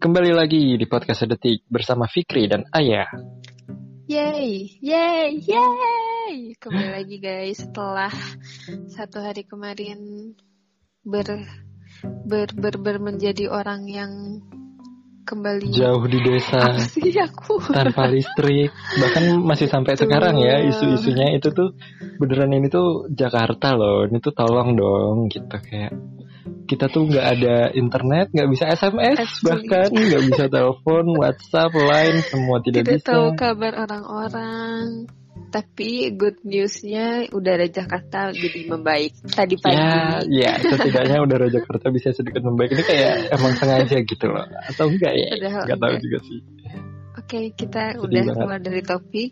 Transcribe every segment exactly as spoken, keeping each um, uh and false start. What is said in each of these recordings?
Kembali lagi di podcast Sedetik bersama Fikri dan Ayah. Yeay, yeay, yeay. Kembali lagi guys setelah satu hari kemarin ber ber ber, ber menjadi orang yang kembali jauh di desa. Apa sih aku? Tanpa listrik. Bahkan masih sampai Tuh. sekarang ya isu-isunya itu tuh beneran ini tuh Jakarta loh. Ini tuh tolong dong gitu kayak kita tuh nggak ada internet, nggak bisa S M S, Asli. bahkan nggak bisa telepon, WhatsApp, Line, semua tidak, Tidak bisa. tahu kabar orang-orang. Tapi good newsnya udara Jakarta jadi membaik tadi pagi. Ya, ya setidaknya udara Jakarta bisa sedikit membaik. Ini kayak emang sengaja gitu loh, atau enggak ya? Padahal Nggak tahu enggak. juga sih. Oke, kita Sedih udah banget. keluar dari topik.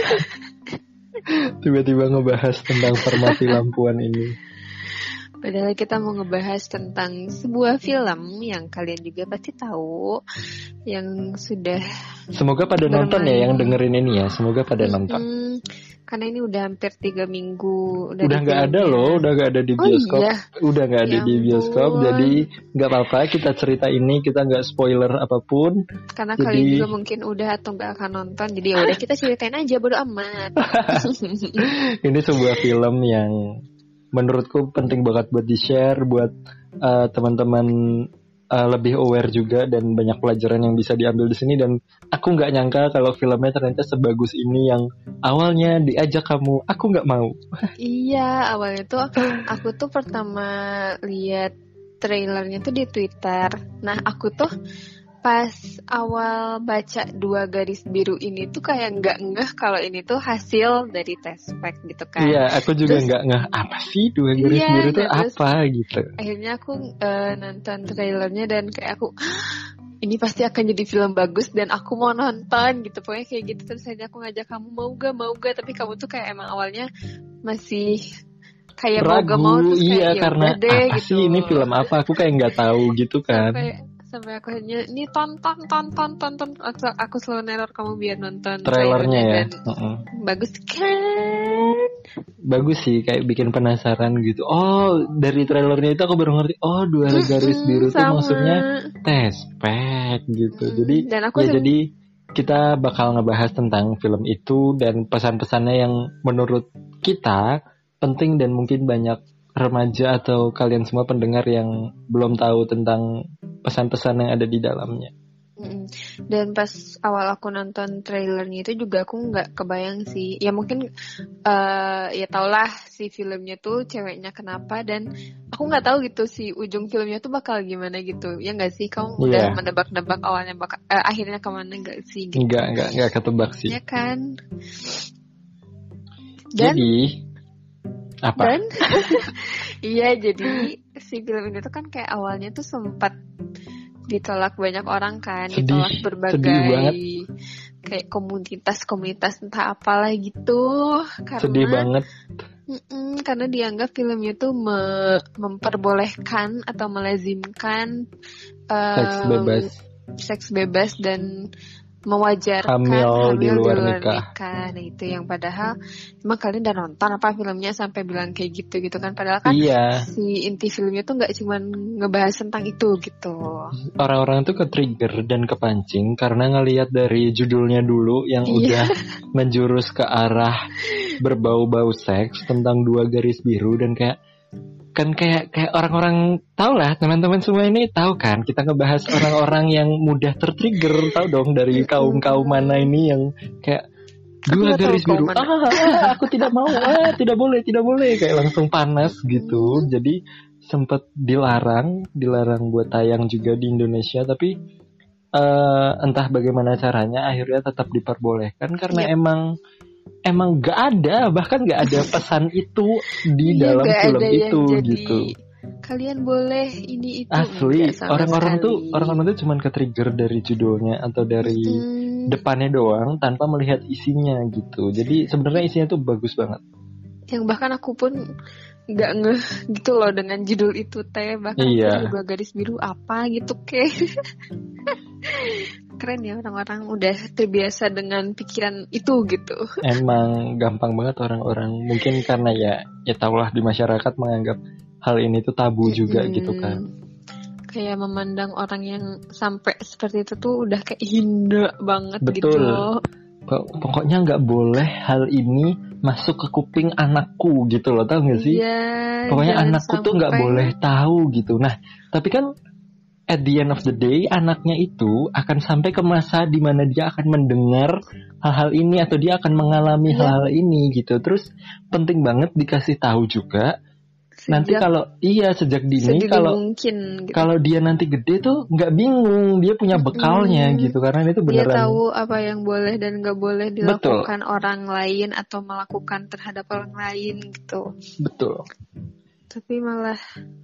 Tiba-tiba ngebahas tentang farmasi lampuan ini. Padahal kita mau ngebahas tentang sebuah film yang kalian juga pasti tahu, yang sudah Semoga pada bermain. nonton ya yang dengerin ini ya. Semoga pada nonton. Hmm, karena ini udah hampir tiga minggu. Udah nggak ada loh, udah nggak ada di Oh bioskop. iya? Udah nggak ada Ya di bioskop, ampun. jadi nggak apa-apa kita cerita ini, kita nggak spoiler apapun. Karena Jadi- kalian juga mungkin udah atau nggak akan nonton, jadi ya udah kita ceritain aja, bodo amat. Ini sebuah film yang menurutku penting banget buat di-share, buat uh, teman-teman uh, lebih aware juga, dan banyak pelajaran yang bisa diambil di sini. Dan aku nggak nyangka kalau filmnya ternyata sebagus ini, yang awalnya diajak kamu, aku nggak mau. Iya, awalnya tuh aku tuh pertama lihat trailernya tuh di Twitter. Nah, aku tuh pas awal baca dua garis biru ini tuh kayak nggak ngeh kalau ini tuh hasil dari tespek gitu kan. Iya, aku juga Terus- nggak ngeh apa sih dua garis Iya, biru itu nah, terus- apa gitu. Akhirnya aku eh, nonton trailernya dan kayak aku ini pasti akan jadi film bagus dan aku mau nonton gitu. Pokoknya kayak gitu. Terus akhirnya aku ngajak kamu, mau gak mau gak, tapi kamu tuh kayak emang awalnya masih kayak mau gak mau, Ragu, terus kayak iya ya karena udah deh apa gitu. sih ini film apa? Aku kayak nggak tahu gitu kan. sampai sampai aku hanya ini tonton tonton tonton aku, aku selalu neror kamu biar nonton Trailernya ya, dan Heeh. bagus kan. Bagus sih, kayak bikin penasaran gitu. Oh, dari trailernya itu aku baru ngerti. Oh, dua garis Mm-mm, biru itu sama. maksudnya tespek gitu. Mm, Jadi dan aku ya sem- jadi kita bakal ngebahas tentang film itu dan pesan-pesannya yang menurut kita penting, dan mungkin banyak remaja atau kalian semua pendengar yang belum tahu tentang pesan-pesan yang ada di dalamnya. Mm-mm. Dan pas awal aku nonton trailernya itu juga aku nggak kebayang sih. Ya mungkin eh ya taulah si filmnya tuh ceweknya kenapa, dan aku nggak tahu gitu si ujung filmnya tuh bakal gimana gitu. Ya nggak sih, kamu Iya. udah menebak-nebak awalnya bakal eh, akhirnya kemana nggak sih gitu. Enggak, enggak, enggak ketebak sih. Ya kan. Dan Jadi apa? dan iya, jadi si film ini tuh kan kayak awalnya tuh sempat ditolak banyak orang kan, Sedih, ditolak sedih berbagai banget. kayak komunitas-komunitas entah apalah gitu, karena Sedih banget. Mm-mm, karena dianggap filmnya tuh me- memperbolehkan atau melazimkan em, Seks bebas. seks bebas dan mewajarkan Hamil di hamil luar nikah. Nah itu yang padahal emang kalian udah nonton apa filmnya sampai bilang kayak gitu gitu kan, padahal kan Iya, si inti filmnya tuh nggak cuma ngebahas tentang itu gitu. orang-orang tuh ke-trigger dan kepancing karena ngelihat dari judulnya dulu yang Iya. udah menjurus ke arah berbau-bau seks tentang dua garis biru, dan kayak kan kayak kayak orang-orang tahu lah, teman-teman semua ini tahu kan kita ngebahas orang-orang yang mudah tertrigger, tahu dong dari kaum-kaum mana ini yang kayak Aku dua nggak tahu garis biru, kaum ah, mana. ah, aku tidak mau, ah, tidak boleh, tidak boleh, kayak langsung panas gitu. Hmm. Jadi sempat dilarang, dilarang buat tayang juga di Indonesia, tapi eh, entah bagaimana caranya akhirnya tetap diperbolehkan karena Yep. emang emang gak ada, bahkan gak ada pesan itu di Iya, dalam nggak film ada yang itu jadi, gitu. kalian boleh ini itu, Asli, nggak sama orang-orang sekali. tuh orang-orang tuh cuman ke-trigger dari judulnya atau dari Mm-mm. depannya doang tanpa melihat isinya gitu. Jadi sebenarnya isinya tuh bagus banget. Yang bahkan aku pun nggak ngeh gitu loh dengan judul itu teh, bahkan Iya. aku juga garis biru apa gitu kayak keren ya, orang-orang udah terbiasa dengan pikiran itu gitu. Emang gampang banget orang-orang, mungkin karena ya ya tahulah di masyarakat menganggap hal ini tuh tabu juga Mm-mm. gitu kan. kayak memandang orang yang sampai seperti itu tuh udah kayak hina banget. Betul. Gitu loh. Pokoknya nggak boleh hal ini masuk ke kuping anakku gitu loh, tau gak sih? Iya, Pokoknya jangan anakku tuh nggak sampai- boleh tahu gitu. Nah, tapi kan at the end of the day anaknya itu akan sampai ke masa di mana dia akan mendengar hal-hal ini atau dia akan mengalami Iya. hal-hal ini gitu. Terus penting banget dikasih tahu juga. Nanti Sejak kalau iya sejak dini sedini kalau mungkin gitu. kalau dia nanti gede tuh nggak bingung, dia punya bekalnya Mm-mm. gitu, karena itu Dia beneran. tahu apa yang boleh dan nggak boleh dilakukan orang lain atau melakukan terhadap orang lain gitu. Betul. Tapi malah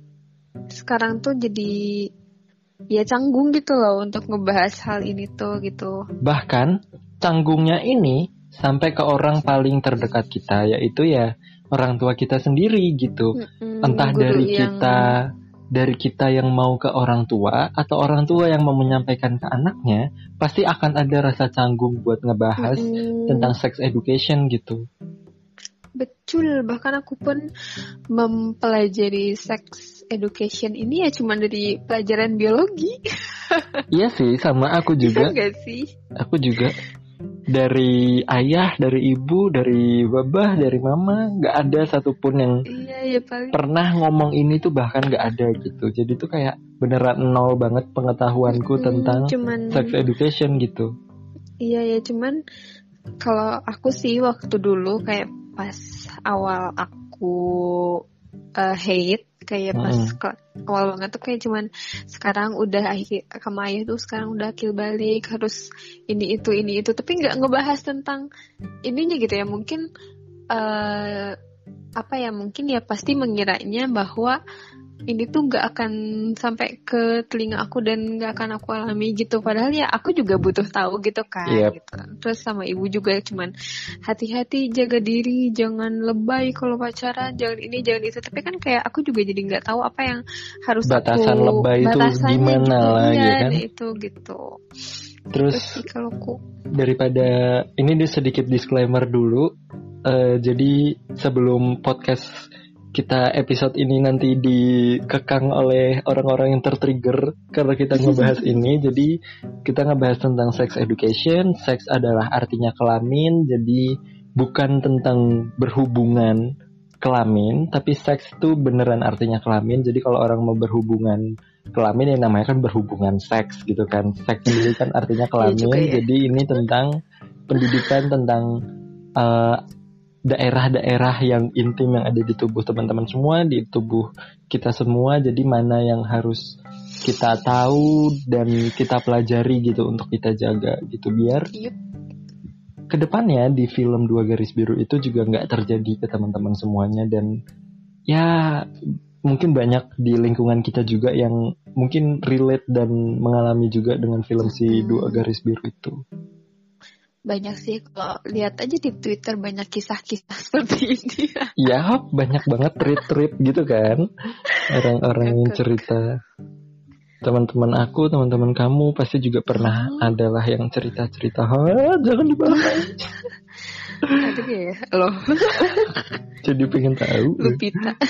sekarang tuh jadi ya canggung gitu loh untuk ngebahas hal ini tuh gitu. Bahkan canggungnya ini sampai ke orang paling terdekat kita, yaitu ya orang tua kita sendiri gitu. Mm-mm, Entah guru dari yang- kita dari kita yang mau ke orang tua atau orang tua yang mau menyampaikan ke anaknya, pasti akan ada rasa canggung buat ngebahas Mm-mm. tentang sex education gitu. Betul, bahkan aku pun mempelajari sex education ini ya cuma dari pelajaran biologi. Iya sih, sama aku juga. Iya nggak sih? Aku juga dari ayah, dari ibu, dari babah, dari mama, nggak ada satupun yang Iya ya paling. pernah ngomong ini tuh, bahkan nggak ada gitu. Jadi tuh kayak beneran nol banget pengetahuanku Mm, tentang cuman sex education gitu. iya ya cuman kalau aku sih waktu dulu kayak pas awal aku uh, hate kayak pas Mm-mm. ke- awal banget tuh kayak cuman sekarang udah akhir sama ayah tuh sekarang udah akil balik harus ini itu ini itu tapi nggak ngebahas tentang ininya gitu ya mungkin uh, apa ya mungkin ya pasti mengiranya bahwa ini tuh nggak akan sampai ke telinga aku dan nggak akan aku alami gitu padahal ya aku juga butuh tahu gitu kan Yep. gitu. Terus sama ibu juga cuman hati-hati jaga diri jangan lebay kalau pacaran jangan ini jangan itu tapi kan kayak aku juga jadi nggak tahu apa yang harus Batasan aku lebay itu batasannya gimana gitu lah, iya ya kan? nah itu gitu. Terus sih kalau aku daripada ini dia sedikit disclaimer dulu. Eh, jadi sebelum podcast kita episode ini nanti dikekang oleh orang-orang yang tertrigger karena kita ngebahas ini, jadi kita ngebahas tentang sex education. Seks adalah artinya kelamin, jadi bukan tentang berhubungan kelamin, tapi seks itu beneran artinya kelamin. Jadi kalau orang mau berhubungan kelamin, yang namanya kan berhubungan seks gitu kan. Seks sendiri kan artinya kelamin. juga ya. Jadi ini tentang pendidikan tentang uh, daerah-daerah yang intim yang ada di tubuh teman-teman semua, di tubuh kita semua. Jadi mana yang harus kita tahu dan kita pelajari gitu untuk kita jaga gitu, biar Yup. kedepannya di film Dua Garis Biru itu juga nggak terjadi ke teman-teman semuanya. Dan ya mungkin banyak di lingkungan kita juga yang mungkin relate dan mengalami juga dengan film si Dua Garis Biru itu. Banyak sih kalau lihat aja di Twitter banyak kisah-kisah seperti ini. Ya, banyak banget tweet-tweet gitu kan. Orang-orang yang cerita. Teman-teman aku, teman-teman kamu pasti juga pernah Oh. adalah yang cerita-cerita. Hah, jangan dibahas. Aduh ya, loh, Jadi pengen tahu. Lupita.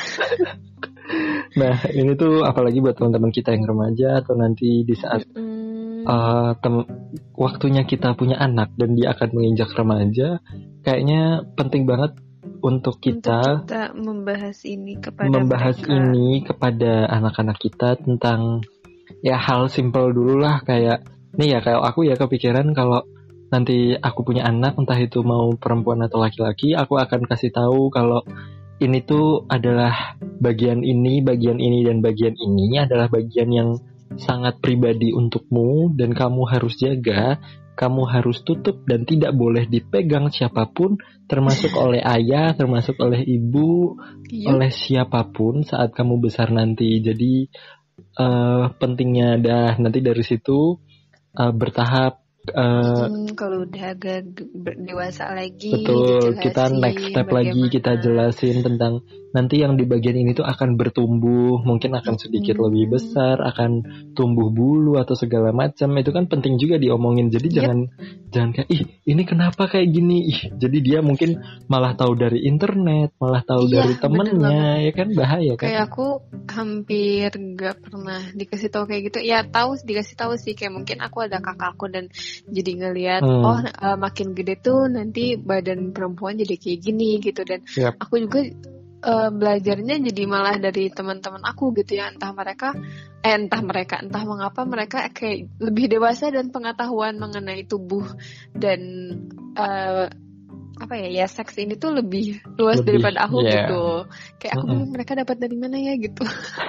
Nah, ini tuh apalagi buat teman-teman kita yang remaja atau nanti di saat Mm, uh, tem- waktunya kita punya anak dan dia akan menginjak remaja, kayaknya penting banget untuk kita untuk kita membahas ini kepada membahas mereka. ini kepada anak-anak kita tentang ya hal simpel dulu lah, kayak nih ya kayak aku ya kepikiran kalau nanti aku punya anak entah itu mau perempuan atau laki-laki, aku akan kasih tahu kalau ini tuh adalah bagian ini, bagian ini dan bagian ini adalah bagian yang sangat pribadi untukmu dan kamu harus jaga, kamu harus tutup dan tidak boleh dipegang siapapun, termasuk oleh ayah, termasuk oleh ibu, Yup. oleh siapapun saat kamu besar nanti. Jadi uh, pentingnya dah nanti dari situ uh, bertahap. Uh, Hmm, kalau udah agak ge- ber- dewasa lagi, betul, kita dijelasin next step lagi bagaimana. kita jelasin tentang nanti yang di bagian ini tuh akan bertumbuh, mungkin akan sedikit Hmm. lebih besar, akan tumbuh bulu atau segala macam. Itu kan penting juga diomongin. Jadi Yep. jangan jangan kayak ih ini kenapa kayak gini. Ih, jadi dia mungkin malah tahu dari internet, malah tahu Iya, dari bener temennya, ya kan bahaya kan. Kayak aku hampir gak pernah dikasih tahu kayak gitu. Ya tahu dikasih tahu sih, kayak mungkin aku ada kakakku dan jadi ngelihat Hmm. oh uh, makin gede tuh nanti badan perempuan jadi kayak gini gitu, dan Yap. aku juga uh, belajarnya jadi malah dari teman-teman aku gitu ya, entah mereka eh entah mereka entah mengapa mereka kayak lebih dewasa dan pengetahuan mengenai tubuh dan uh, apa ya ya seks ini tuh lebih luas Lebih, daripada aku yeah. gitu. Kayak aku Mm-mm. bingung mereka dapat dari mana ya gitu.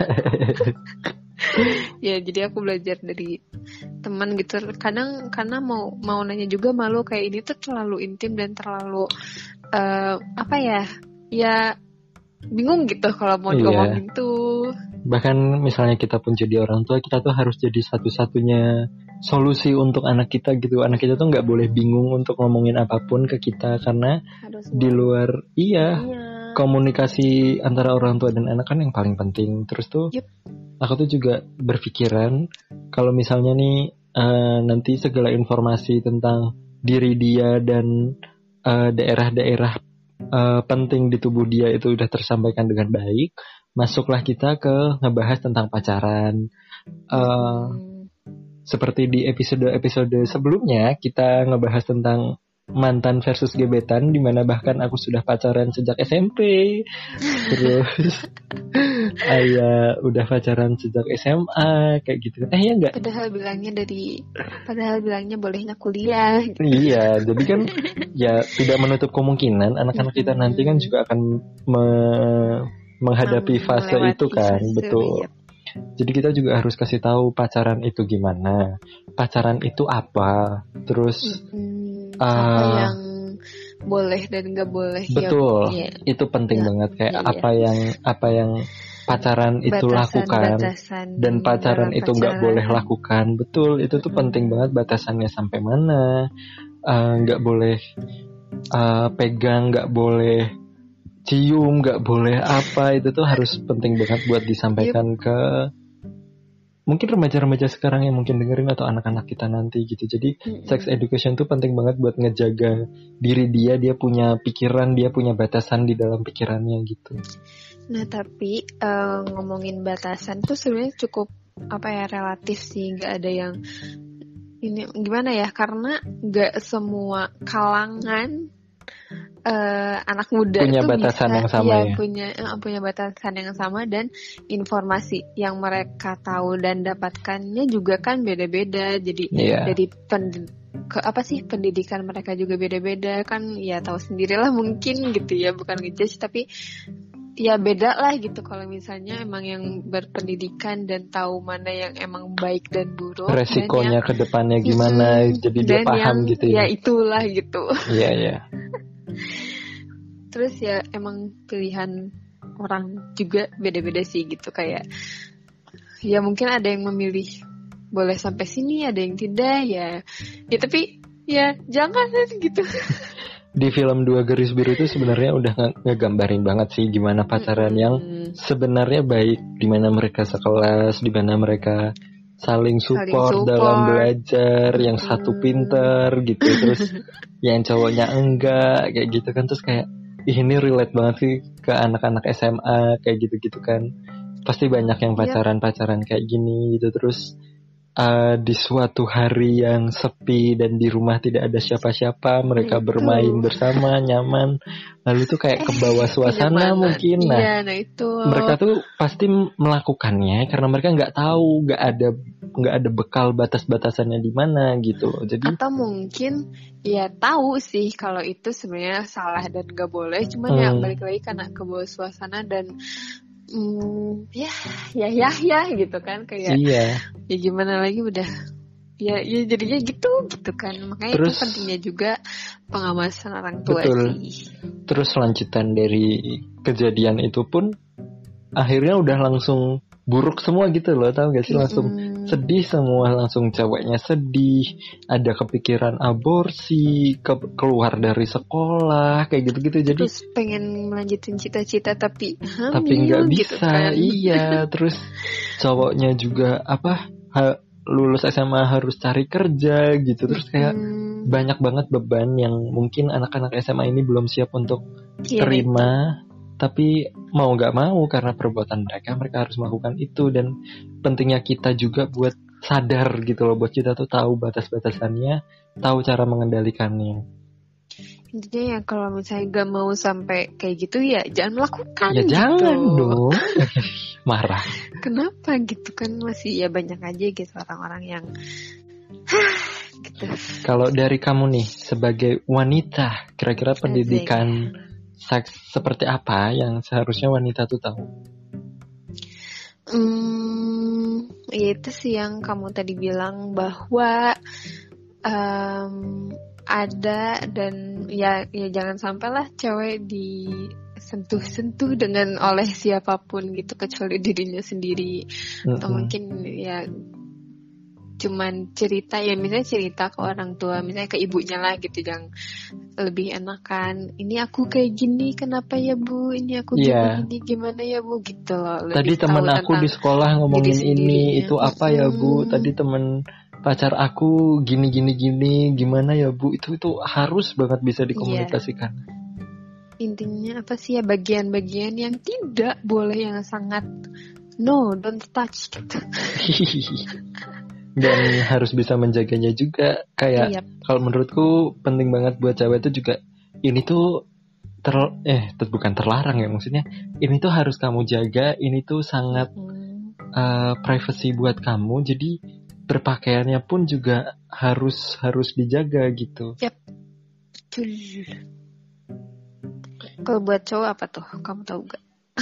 Ya jadi aku belajar dari teman gitu. Kadang karena mau mau nanya juga malu, kayak ini tuh terlalu intim dan terlalu uh, apa ya ya bingung gitu kalau mau Iya. diomongin tuh. Bahkan misalnya kita pun jadi orang tua, kita tuh harus jadi satu-satunya solusi untuk anak kita gitu. Anak kita tuh nggak boleh bingung untuk ngomongin apapun ke kita, karena Harus di luar iya iya. komunikasi antara orang tua dan anak kan yang paling penting. Terus tuh Yup. aku tuh juga berpikiran kalau misalnya nih uh, nanti segala informasi tentang diri dia dan uh, daerah-daerah uh, penting di tubuh dia itu udah tersampaikan dengan baik, masuklah kita ke ngebahas tentang pacaran. Uh, Hmm. Seperti di episode-episode sebelumnya kita ngebahas tentang mantan versus gebetan, dimana bahkan aku sudah pacaran sejak S M P. Terus Ayah udah pacaran sejak S M A kayak gitu. Eh ya enggak? Padahal bilangnya dari padahal bilangnya bolehnya kuliah. Gitu. Iya, jadi kan ya tidak menutup kemungkinan anak-anak kita nanti kan juga akan me- menghadapi fase Melewati itu kan, fase, betul. iya. Jadi kita juga harus kasih tahu pacaran itu gimana, pacaran itu apa, terus Hmm, uh, apa yang boleh dan nggak boleh. betul, Ya, itu penting ya, banget kayak ya, apa ya. yang apa yang pacaran itu Batasan, lakukan batasan dan pacaran dalam itu nggak pacaran. boleh lakukan, betul itu tuh Mm-mm. penting banget batasannya sampai mana, nggak uh, boleh uh, pegang, nggak boleh cium, nggak boleh apa, itu tuh harus penting banget buat disampaikan yep. ke mungkin remaja-remaja sekarang yang mungkin dengerin atau anak-anak kita nanti gitu. Jadi mm-hmm. sex education tuh penting banget buat ngejaga diri dia, dia punya pikiran, dia punya batasan di dalam pikirannya gitu. Nah tapi uh, ngomongin batasan tuh sebenarnya cukup apa ya relatif sih, nggak ada yang ini gimana ya, karena nggak semua kalangan Uh, anak muda punya itu batasan bisa yang sama ya, ya punya uh, punya batasan yang sama, dan informasi yang mereka tahu dan dapatkannya juga kan beda-beda. Jadi yeah. dari pen, ke apa sih pendidikan mereka juga beda-beda kan, ya tahu sendirilah mungkin gitu ya, bukan ngejudge tapi ya beda lah gitu. Kalau misalnya emang yang berpendidikan dan tahu mana yang emang baik dan buruk, resikonya ke depannya gimana, mm, jadi dia paham yang, gitu ya. Ya itulah gitu. Iya yeah, iya. Yeah. Terus ya emang pilihan orang juga beda-beda sih gitu, kayak ya mungkin ada yang memilih boleh sampai sini, ada yang tidak ya. Ya tapi ya jangan gitu. Di film Dua Garis Biru itu sebenarnya udah ngegambarin banget sih gimana pacaran mm-hmm. yang sebenarnya baik, di mana mereka sekelas, di mana mereka saling support, saling support dalam belajar, yang hmm. satu pinter gitu, terus yang cowoknya enggak kayak gitu kan. Terus kayak ih, ini relate banget sih ke anak-anak S M A kayak gitu-gitu kan. Pasti banyak yang pacaran-pacaran kayak gini gitu. Terus uh, di suatu hari yang sepi dan di rumah tidak ada siapa-siapa, mereka itu. bermain bersama nyaman, lalu tuh kayak ke bawah suasana mungkin. Nah, iya, nah itu. mereka tuh pasti melakukannya karena mereka nggak tahu, nggak ada nggak ada bekal batas-batasannya di mana gitu. Jadi atau mungkin ya tahu sih kalau itu sebenarnya salah dan nggak boleh, cuman hmm. ya balik lagi karena ke bawah suasana dan Hmm, ya, ya, ya, ya, gitu kan, kayak, iya. ya gimana lagi udah, ya, ya jadinya gitu, gitu kan, makanya terus, itu pentingnya juga pengawasan orang tua betul. Sih. Terus lanjutan dari kejadian itu pun, akhirnya udah langsung buruk semua gitu loh, tahu gak sih, langsung Mm-mm. sedih semua, langsung ceweknya sedih, ada kepikiran aborsi, ke- keluar dari sekolah kayak gitu-gitu. Jadi Terus pengen melanjutin cita-cita tapi tapi nggak hamil gitu bisa, kan. iya. Terus cowoknya juga apa ha- lulus S M A harus cari kerja gitu. Terus kayak Mm-mm. banyak banget beban yang mungkin anak-anak S M A ini belum siap untuk Iya, terima, tapi mau nggak mau karena perbuatan mereka, mereka harus melakukan itu. Dan pentingnya kita juga buat sadar gitu loh, buat kita tuh tahu batas-batasannya, tahu cara mengendalikannya. intinya ya kalau misalnya gak mau sampai kayak gitu ya jangan melakukan Ya gitu. jangan dong. Marah. Kenapa gitu kan, masih ya banyak aja gitu orang-orang yang gitu. Kalau dari kamu nih sebagai wanita, kira-kira pendidikan seks seperti apa yang seharusnya wanita tuh tahu? Hmm, ya itu sih yang kamu tadi bilang bahwa um, ada dan ya ya jangan sampailah cewek disentuh-sentuh dengan oleh siapapun gitu kecuali dirinya sendiri. Mm-mm. Atau mungkin ya cuman cerita, ya misalnya cerita ke orang tua, misalnya ke ibunya lah gitu, yang lebih enakan, ini aku kayak gini kenapa ya bu, ini aku yeah. gini gimana ya bu gitu loh. Tadi teman aku di sekolah ngomongin ini itu apa ya bu, tadi temen pacar aku gini gini gini gimana ya bu, itu itu harus banget bisa dikomunikasikan. Yeah. Intinya apa sih ya, bagian-bagian yang tidak boleh, yang sangat no don't touch gitu. Dan harus bisa menjaganya juga. Kayak yep. Kalau menurutku penting banget buat cewek itu juga, ini tuh ter eh ter, bukan terlarang ya, maksudnya ini tuh harus kamu jaga, ini tuh sangat hmm. uh, privacy buat kamu, jadi berpakaiannya pun juga harus harus dijaga gitu. Yap. Kalau buat cowok apa tuh? Kamu tahu gak?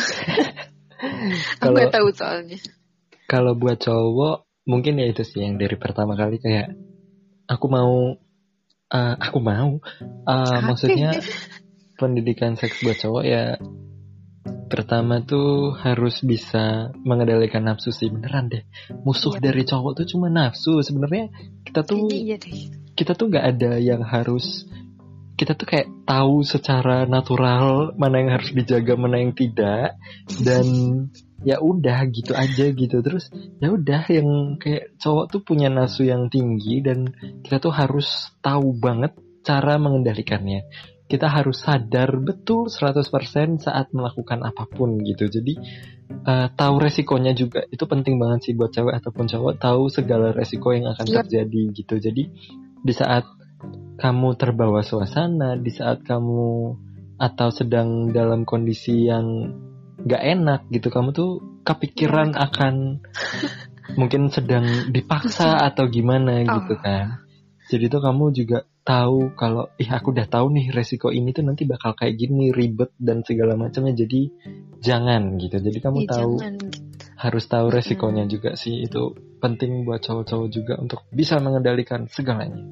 Aku gak tahu soalnya. Kalau buat cowok mungkin ya itu sih yang dari pertama kali kayak aku mau uh, aku mau uh, maksudnya pendidikan seks buat cowok ya pertama tuh harus bisa mengendalikan nafsu sih, beneran deh. Musuh iya. Dari cowok tuh cuma nafsu sebenarnya. Kita tuh iya deh. Kita tuh nggak ada yang harus, kita tuh kayak tahu secara natural mana yang harus dijaga mana yang tidak, dan ya udah gitu aja gitu. Terus ya udah, yang kayak cowok tuh punya nafsu yang tinggi dan kita tuh harus tahu banget cara mengendalikannya. Kita harus sadar betul seratus persen saat melakukan apapun gitu. Jadi uh, tahu resikonya juga itu penting banget sih buat cewek ataupun cowok, tahu segala resiko yang akan terjadi gitu. Jadi di saat kamu terbawa suasana, di saat kamu atau sedang dalam kondisi yang gak enak gitu, kamu tuh kepikiran akan mungkin sedang dipaksa atau gimana gitu kan. Jadi tuh kamu juga tahu kalau ih aku udah tahu nih resiko ini tuh nanti bakal kayak gini, ribet dan segala macamnya. Jadi jangan gitu. Jadi kamu ya, tahu jangan, gitu. Harus tahu resikonya hmm. juga sih. Itu penting buat cowok-cowok juga untuk bisa mengendalikan segalanya.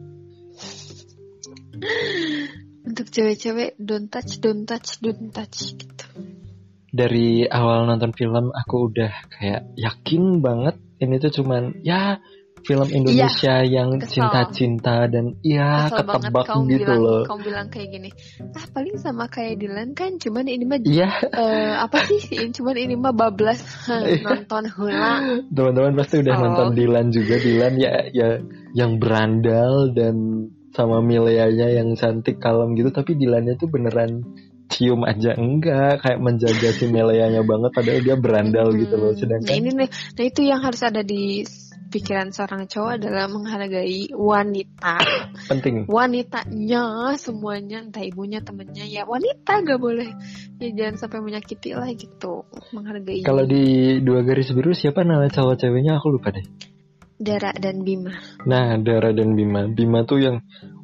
Untuk cewek-cewek don't touch, don't touch, don't touch gitu. Dari awal nonton film aku udah kayak yakin banget ini tuh cuman ya film Indonesia ya, yang kesel. Cinta-cinta dan ya kesel ketebak gitu bilang, loh. Kamu bilang kayak gini, ah paling sama kayak Dilan kan, cuman ini mah ya. uh, apa sih? Cuman ini mah bablas nonton heula. Teman-teman pasti udah oh. nonton Dilan juga. Dilan ya ya yang berandal dan sama Mileanya yang cantik kalem gitu, tapi Dilannya tuh beneran cium aja enggak, kayak menjaga si Meleanya banget padahal dia berandal hmm. gitu loh. Sedangkan nah ini nih, nah itu yang harus ada di pikiran seorang cowok adalah menghargai wanita. Penting. Wanitanya semuanya, entah ibunya, temennya, ya wanita gak boleh. Ya jangan sampai menyakiti lah gitu. Menghargai. Kalau di Dua Garis Biru siapa nama cowok ceweknya aku lupa deh. Dara dan Bima. Nah, Dara dan Bima. Bima tuh yang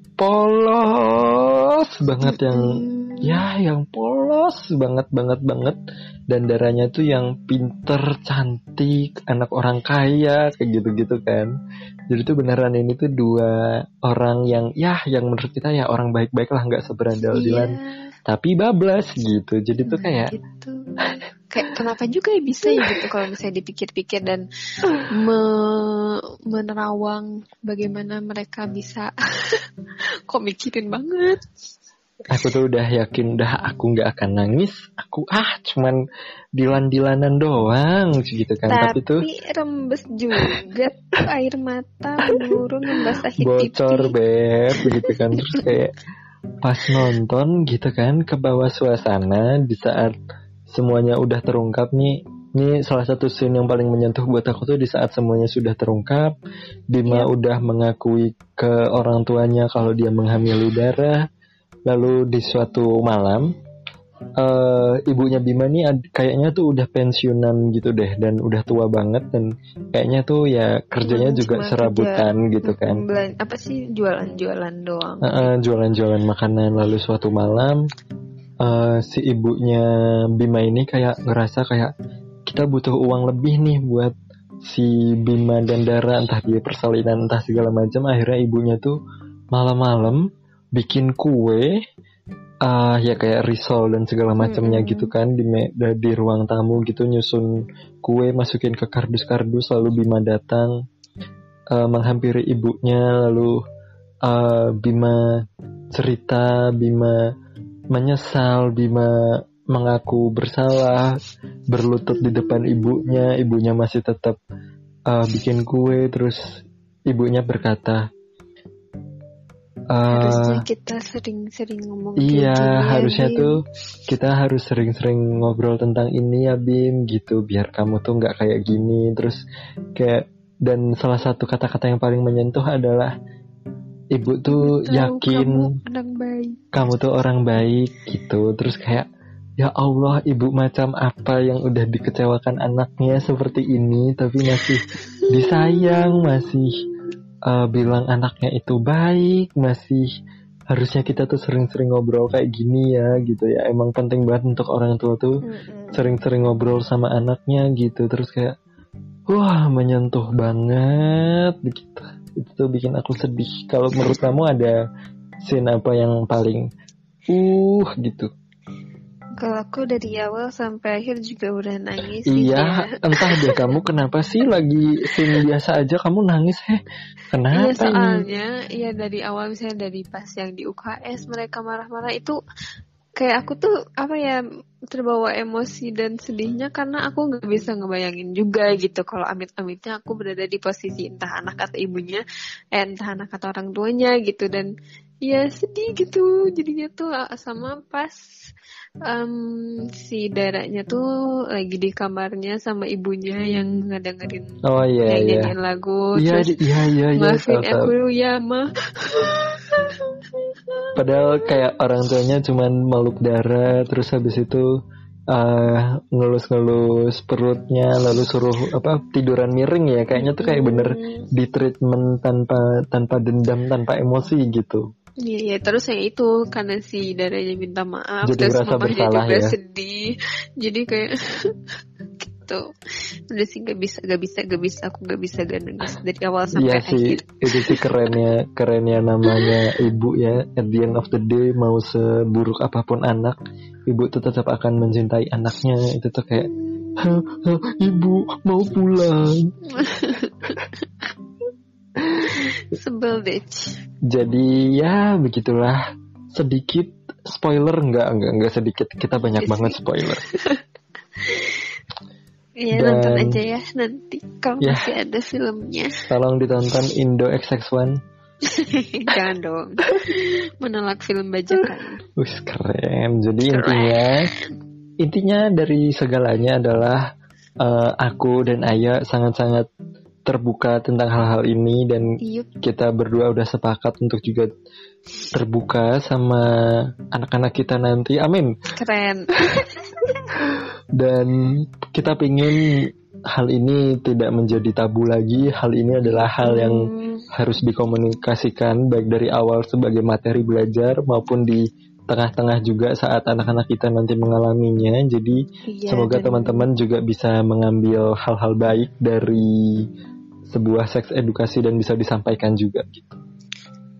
polos banget, yang hmm. ya yang polos banget banget banget, dan Daranya tuh yang pinter, cantik, anak orang kaya kayak gitu-gitu kan. Jadi tuh beneran ini tuh dua orang yang ya yang menurut kita ya orang baik-baik lah, nggak seberandal Dilan, yeah. tapi bablas gitu. Jadi tuh kayak gitu. kayak kenapa juga ya bisa ya gitu kalau misalnya dipikir-pikir dan me- menerawang bagaimana mereka bisa kok mikirin banget. Aku tuh udah yakin udah aku nggak akan nangis, aku ah cuman dilan-dilanan doang gitu kan. Tapi, Tapi tuh rembes juga tuh air mata menurun membasahi bocor pipi. beb gitu kan. Terus kayak pas nonton gitu kan ke bawah suasana di saat semuanya udah terungkap nih. Ini salah satu scene yang paling menyentuh buat aku tuh di saat semuanya sudah terungkap. Bima Yap. udah mengakui ke orang tuanya kalau dia menghamili darah. Lalu di suatu malam uh, ibunya Bima nih ad- kayaknya tuh udah pensiunan gitu deh dan udah tua banget dan kayaknya tuh ya kerjanya Cuman- juga cuma serabutan kerja, gitu kan. belan- apa sih jualan-jualan doang. Uh-uh, jualan-jualan makanan. Lalu suatu malam uh, si ibunya Bima ini kayak ngerasa kayak kita butuh uang lebih nih buat si Bima dan Dara, entah dia persalinan entah segala macam. Akhirnya ibunya tuh malam-malam bikin kue, uh, ya kayak risol dan segala macamnya Mm-mm. gitu kan di me- di ruang tamu gitu, nyusun kue masukin ke kardus-kardus. Lalu Bima datang uh, menghampiri ibunya. Lalu uh, Bima cerita, Bima menyesal, Bima mengaku bersalah, berlutut di depan ibunya. Ibunya masih tetap uh, bikin kue. Terus ibunya berkata, Harusnya Uh, kita sering-sering ngomong iya, kayak gini ya, harusnya Bim. tuh kita harus sering-sering ngobrol tentang ini ya Bim gitu, biar kamu tuh nggak kayak gini. Terus kayak, dan salah satu kata-kata yang paling menyentuh adalah ibu tuh Ibu tahu yakin kamu orang baik. kamu tuh orang baik gitu. Terus kayak ya Allah, ibu macam apa yang udah dikecewakan anaknya seperti ini tapi masih disayang, masih Uh, bilang anaknya itu baik, masih harusnya kita tuh sering-sering ngobrol kayak gini ya gitu ya. Emang penting banget untuk orang tua tuh Mm-mm. sering-sering ngobrol sama anaknya gitu. Terus kayak wah, menyentuh banget gitu. Itu tuh bikin aku sedih. Kalau menurut kamu ada scene apa yang paling uh gitu? Kalau aku dari awal sampai akhir juga udah nangis Iya, ya. entah deh kamu kenapa sih lagi scene biasa aja kamu nangis, heh. Kenapa Iya, ini? soalnya ya dari awal misalnya dari pas yang di U K S mereka marah-marah itu kayak aku tuh apa ya terbawa emosi dan sedihnya karena aku nggak bisa ngebayangin juga gitu kalau amit-amitnya aku berada di posisi entah anak atau ibunya, eh, entah anak atau orang tuanya gitu. Dan ya sedih gitu jadinya tuh sama pas um, si Daranya tuh lagi di kamarnya sama ibunya yang ngedengerin Oh iya yang iya. nyanyiin lagu. Iya Terus iya iya iya, maafin tahu tahu. aku ya mah. Padahal kayak orang tuanya cuman meluk darah, terus habis itu uh, ngelus-ngelus perutnya, lalu suruh apa tiduran miring ya. Kayaknya tuh kayak bener di treatment tanpa tanpa dendam, tanpa emosi gitu. Iya, ya, terus yang itu karena si Daranya minta maaf, Jadi terus ngerasa mamanya bersalah juga ya. sedih, jadi kayak gitu. Udah sih gak bisa, gak bisa, gak bisa, aku gak bisa gak nangis dari awal sampai Iya sih, akhir. itu sih kerennya, kerennya namanya ibu ya. At the end of the day, mau seburuk apapun anak, ibu tuh tetap akan mencintai anaknya. Itu tuh kayak, "Hah, hah, ibu mau pulang." Sebel deh. Jadi ya begitulah, sedikit spoiler, enggak enggak enggak sedikit, kita banyak banget spoiler. Iya, Dan- nonton aja ya nanti kalau Ya. masih ada filmnya. Tolong ditonton Indo X X one. Jangan dong menolak film bajakan. Wih keren. Jadi Keren. intinya intinya dari segalanya adalah uh, aku dan Aya sangat-sangat terbuka tentang hal-hal ini dan Yup. kita berdua udah sepakat untuk juga terbuka sama anak-anak kita nanti. Amin. Keren. Dan kita pingin hal ini tidak menjadi tabu lagi. Hal ini adalah hal yang Hmm, harus dikomunikasikan baik dari awal sebagai materi belajar maupun di tengah-tengah juga saat anak-anak kita nanti mengalaminya. Jadi iya, semoga dan- teman-teman juga bisa mengambil hal-hal baik dari sebuah seks edukasi dan bisa disampaikan juga gitu.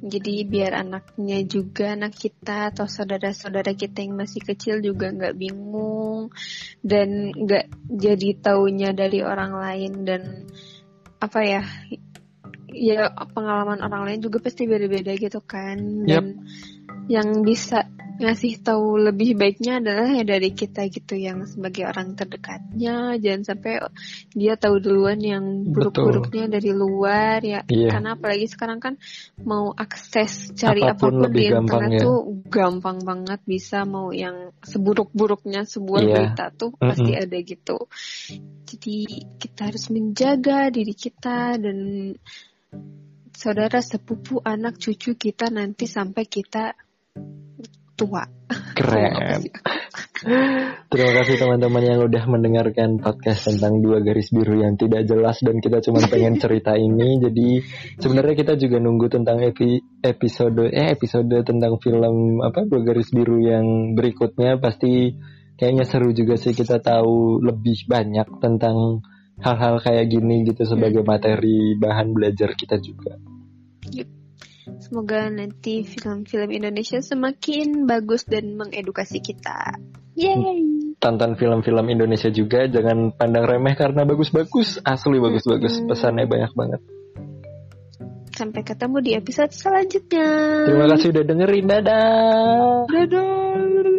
Jadi biar anaknya juga, anak kita atau saudara-saudara kita yang masih kecil juga nggak bingung dan nggak jadi taunya dari orang lain, dan apa ya, ya pengalaman orang lain juga pasti beda-beda gitu kan. Dan yep. yang bisa ngasih tahu lebih baiknya adalah ya dari kita gitu, yang sebagai orang terdekatnya. Jangan sampai dia tahu duluan yang buruk-buruknya dari luar ya. Yeah. Karena apalagi sekarang kan mau akses cari apapun, apapun di internet ya. Tuh gampang banget, bisa mau yang seburuk-buruknya sebuah yeah. berita tuh mm-hmm. pasti ada gitu. Jadi kita harus menjaga diri kita dan saudara, sepupu, anak, cucu kita nanti sampai kita tua. Keren. Terima kasih teman-teman yang udah mendengarkan podcast tentang Dua Garis Biru yang tidak jelas, dan kita cuma pengen cerita ini. Jadi sebenarnya kita juga nunggu tentang epi, episode eh episode tentang film apa Dua Garis Biru yang berikutnya. Pasti kayaknya seru juga sih, kita tahu lebih banyak tentang hal-hal kayak gini gitu sebagai materi bahan belajar kita juga. Yep. Semoga nanti film-film Indonesia semakin bagus dan mengedukasi kita. Yeay. Tonton film-film Indonesia juga, jangan pandang remeh karena bagus-bagus, asli bagus-bagus. Pesannya banyak banget. Sampai ketemu di episode selanjutnya. Terima kasih udah dengerin, dadah. Dadah.